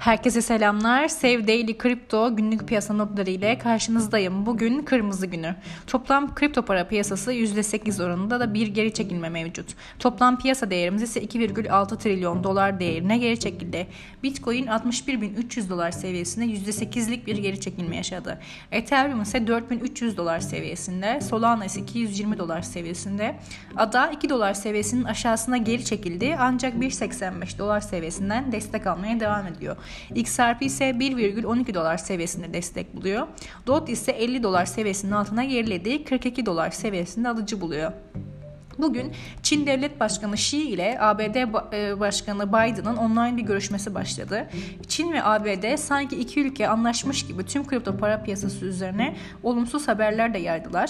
Herkese selamlar. Sev Daily Kripto günlük piyasa notları ile karşınızdayım. Bugün kırmızı günü. Toplam kripto para piyasası %8 oranında da bir geri çekilme mevcut. Toplam piyasa değerimiz ise 2,6 trilyon dolar değerine geri çekildi. Bitcoin 61.300 dolar seviyesinde %8'lik bir geri çekilme yaşadı. Ethereum ise 4.300 dolar seviyesinde, Solana ise 220 dolar seviyesinde. ADA 2 dolar seviyesinin aşağısına geri çekildi ancak 1.85 dolar seviyesinden destek almaya devam ediyor. XRP ise 1,12 dolar seviyesinde destek buluyor. DOT ise 50 dolar seviyesinin altına geriledi, 42 dolar seviyesinde alıcı buluyor. Bugün Çin Devlet Başkanı Xi ile ABD Başkanı Biden'ın online bir görüşmesi başladı. Çin ve ABD sanki iki ülke anlaşmış gibi tüm kripto para piyasası üzerine olumsuz haberler de yaydılar.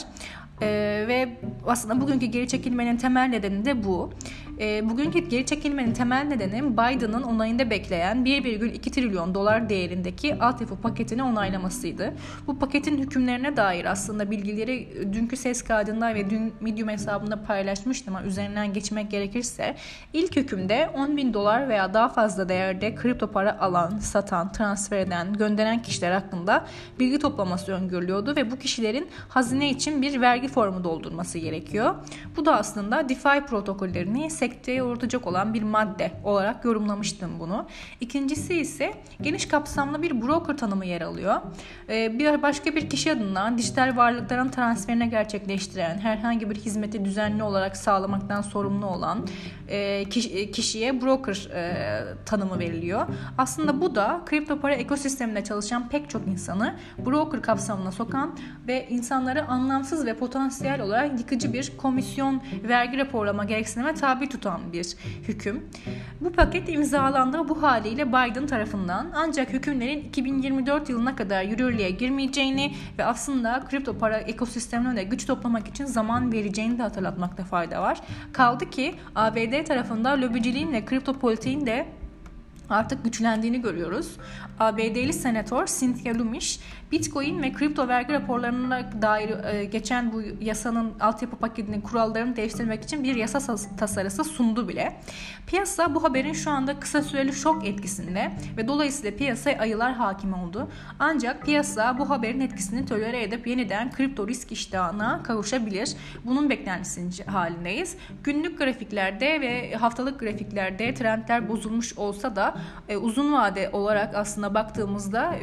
Ve aslında bugünkü geri çekilmenin temel nedeni de bu. Bugünkü geri çekilmenin temel nedeni Biden'ın onayında bekleyen 1,2 trilyon dolar değerindeki altyapı paketini onaylamasıydı. Bu paketin hükümlerine dair aslında bilgileri dünkü ses kaydında ve dün Medium hesabında paylaşmıştım ama üzerinden geçmek gerekirse ilk hükümde 10 bin dolar veya daha fazla değerde kripto para alan, satan, transfer eden, gönderen kişiler hakkında bilgi toplaması öngörülüyordu ve bu kişilerin hazine için bir vergi formu doldurması gerekiyor. Bu da aslında DeFi protokollerini sekteye uğratacak olan bir madde olarak yorumlamıştım bunu. İkincisi ise geniş kapsamlı bir broker tanımı yer alıyor. Başka bir kişi adından dijital varlıkların transferine gerçekleştiren, herhangi bir hizmeti düzenli olarak sağlamaktan sorumlu olan kişiye broker tanımı veriliyor. Aslında bu da kripto para ekosisteminde çalışan pek çok insanı broker kapsamına sokan ve insanları anlamsız ve potansiyel olarak yıkıcı bir komisyon vergi raporlama gereksinime tabi tutan bir hüküm. Bu paket imzalandı bu haliyle Biden tarafından, ancak hükümlerin 2024 yılına kadar yürürlüğe girmeyeceğini ve aslında kripto para ekosistemine de güç toplamak için zaman vereceğini de hatırlatmakta fayda var. Kaldı ki ABD tarafında lobiciliğin ve kripto politiğin de artık güçlendiğini görüyoruz. ABD'li senatör Cynthia Lummis, Bitcoin ve kripto vergi raporlarına dair geçen bu yasanın altyapı paketinin kurallarını değiştirmek için bir yasa tasarısı sundu bile. Piyasa bu haberin şu anda kısa süreli şok etkisinde ve dolayısıyla piyasaya ayılar hakim oldu. Ancak piyasa bu haberin etkisini tolere edip yeniden kripto risk iştahına kavuşabilir. Bunun beklentisi halindeyiz. Günlük grafiklerde ve haftalık grafiklerde trendler bozulmuş olsa da uzun vade olarak aslında baktığımızda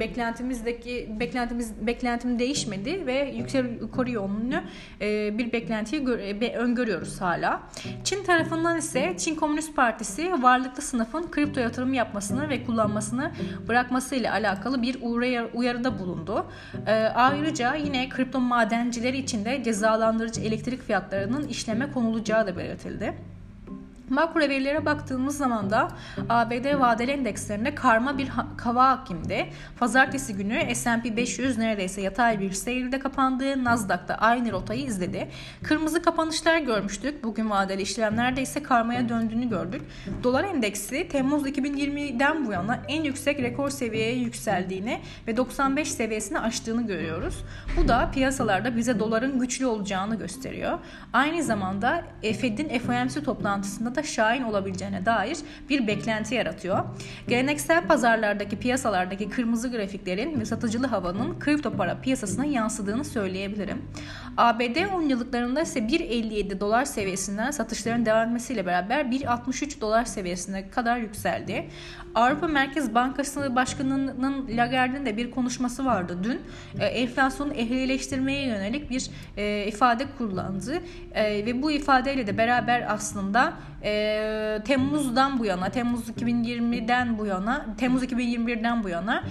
beklentim değişmedi ve yukarı yönlü bir beklentiyi öngörüyoruz hala. Çin tarafından ise Çin Komünist Partisi varlıklı sınıfın kripto yatırım yapmasını ve kullanmasını bırakması ile alakalı bir uyarıda bulundu. Ayrıca yine kripto madencileri için de cezalandırıcı elektrik fiyatlarının işleme konulacağı da belirtildi. Makro verilere baktığımız zaman da ABD vadeli endekslerinde karma bir hava hakimdi. Pazartesi günü S&P 500 neredeyse yatay bir seyirde kapandı. Nasdaq'ta aynı rotayı izledi. Kırmızı kapanışlar görmüştük. Bugün vadeli işlemlerde ise karmaya döndüğünü gördük. Dolar endeksi Temmuz 2020'den bu yana en yüksek rekor seviyeye yükseldiğini ve 95 seviyesini aştığını görüyoruz. Bu da piyasalarda bize doların güçlü olacağını gösteriyor. Aynı zamanda Fed'in FOMC toplantısında da şahin olabileceğine dair bir beklenti yaratıyor. Geleneksel pazarlardaki piyasalardaki kırmızı grafiklerin ve satıcılı havanın kripto para piyasasına yansıdığını söyleyebilirim. ABD 10 yıllıklarında ise 1.57 dolar seviyesinden satışların devam etmesiyle beraber 1.63 dolar seviyesine kadar yükseldi. Avrupa Merkez Bankası Başkanı'nın Lagarde'nin de bir konuşması vardı dün. Enflasyonu ehlileştirmeye yönelik bir ifade kullandı. Ve bu ifadeyle de beraber aslında Temmuz 2020'den bu yana, Temmuz 2021'den bu yana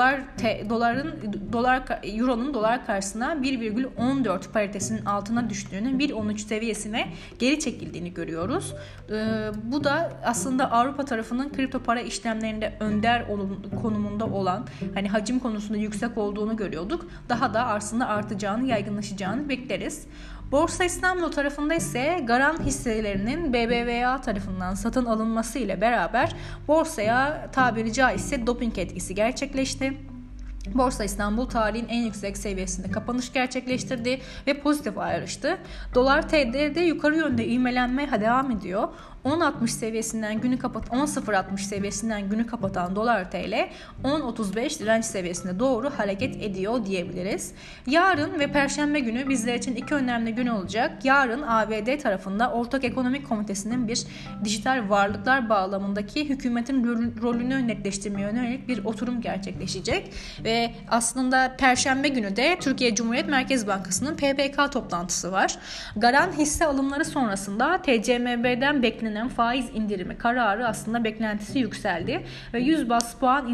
Euro'nun dolar karşısına 1,14 paritesinin altına düştüğünü, 1,13 seviyesine geri çekildiğini görüyoruz. Bu da aslında Avrupa tarafının kripto para işlemlerinde önder konumunda olan, hani hacim konusunda yüksek olduğunu görüyorduk. Daha da aslında artacağını, yaygınlaşacağını bekleriz. Borsa İstanbul tarafında ise Garan hisselerinin BBVA tarafından satın alınması ile beraber borsaya tabiri caizse doping etkisi gerçekleşti. Borsa İstanbul tarihin en yüksek seviyesinde kapanış gerçekleştirdi ve pozitif ayrıştı. Dolar TL'de yukarı yönde ivmelenmeye devam ediyor. 10.60 seviyesinden günü 10.060 seviyesinden günü kapatan dolar TL 10.35 direnç seviyesine doğru hareket ediyor diyebiliriz. Yarın ve Perşembe günü bizler için iki önemli gün olacak. Yarın ABD tarafında Ortak Ekonomik Komitesi'nin bir dijital varlıklar bağlamındaki hükümetin rolünü netleştirmeye yönelik bir oturum gerçekleşecek. Ve aslında Perşembe günü de Türkiye Cumhuriyet Merkez Bankası'nın PPK toplantısı var. Garan hisse alımları sonrasında TCMB'den beklenen faiz indirimi kararı aslında beklentisi yükseldi ve 100 bas puan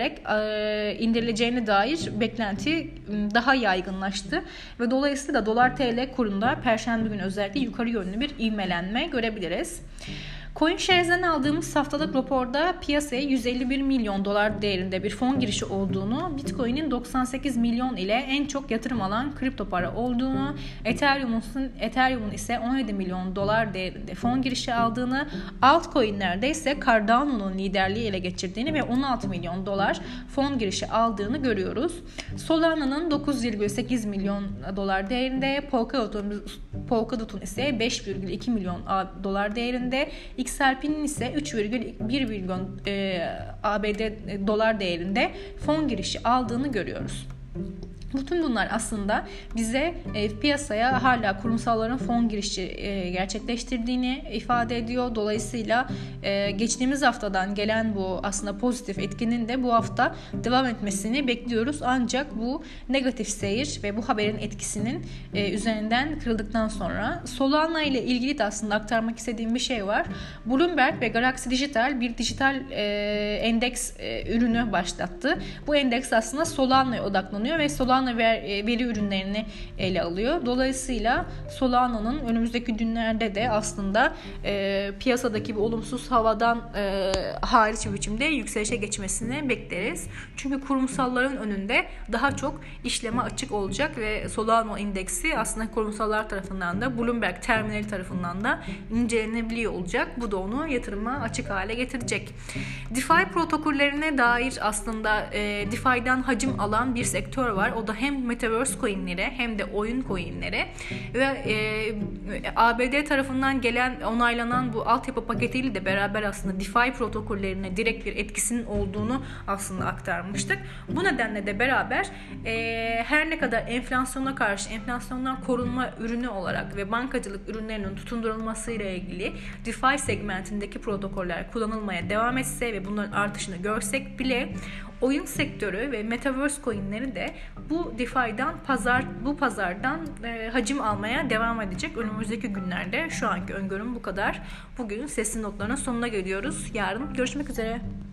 indirileceğine dair beklenti daha yaygınlaştı ve dolayısıyla dolar TL kurunda Perşembe günü özellikle yukarı yönlü bir ivmelenme görebiliriz. CoinShares'den aldığımız haftalık raporda piyasaya 151 milyon dolar değerinde bir fon girişi olduğunu, Bitcoin'in 98 milyon ile en çok yatırım alan kripto para olduğunu, Ethereum'un ise 17 milyon dolar değerinde fon girişi aldığını, altcoin'lerde ise Cardano'nun liderliği ele geçirdiğini ve 16 milyon dolar fon girişi aldığını görüyoruz. Solana'nın 9,8 milyon dolar değerinde, Polkadot'un ise 5,2 milyon dolar değerinde, XRP'nin ise 3,1 milyon ABD dolar değerinde fon girişi aldığını görüyoruz. Bütün bunlar aslında bize piyasaya hala kurumsalların fon girişi gerçekleştirdiğini ifade ediyor. Dolayısıyla geçtiğimiz haftadan gelen bu aslında pozitif etkinin de bu hafta devam etmesini bekliyoruz. Ancak bu negatif seyir ve bu haberin etkisinin üzerinden kırıldıktan sonra Solana ile ilgili de aslında aktarmak istediğim bir şey var. Bloomberg ve Galaxy Digital bir dijital endeks ürünü başlattı. Bu endeks aslında Solana'ya odaklanıyor ve Solana veri ürünlerini ele alıyor. Dolayısıyla Solana'nın önümüzdeki günlerde de aslında piyasadaki bu olumsuz havadan hariç bir biçimde yükselişe geçmesini bekleriz. Çünkü kurumsalların önünde daha çok işleme açık olacak ve Solana indeksi aslında kurumsallar tarafından da Bloomberg terminali tarafından da incelenebiliyor olacak. Bu da onu yatırıma açık hale getirecek. DeFi protokollerine dair aslında DeFi'den hacim alan bir sektör var. O da hem Metaverse coin'lere hem de oyun coin'lere ve ABD tarafından gelen onaylanan bu altyapı paketiyle de beraber aslında DeFi protokollerine direkt bir etkisinin olduğunu aslında aktarmıştık. Bu nedenle de beraber her ne kadar enflasyona karşı enflasyondan korunma ürünü olarak ve bankacılık ürünlerinin tutundurulmasıyla ilgili DeFi segmentindeki protokoller kullanılmaya devam etse ve bunların artışını görsek bile oyun sektörü ve Metaverse coin'leri de bu DeFi'den bu pazardan hacim almaya devam edecek önümüzdeki günlerde. Şu anki öngörüm bu kadar. Bugün sesli notlarının sonuna geliyoruz. Yarın görüşmek üzere.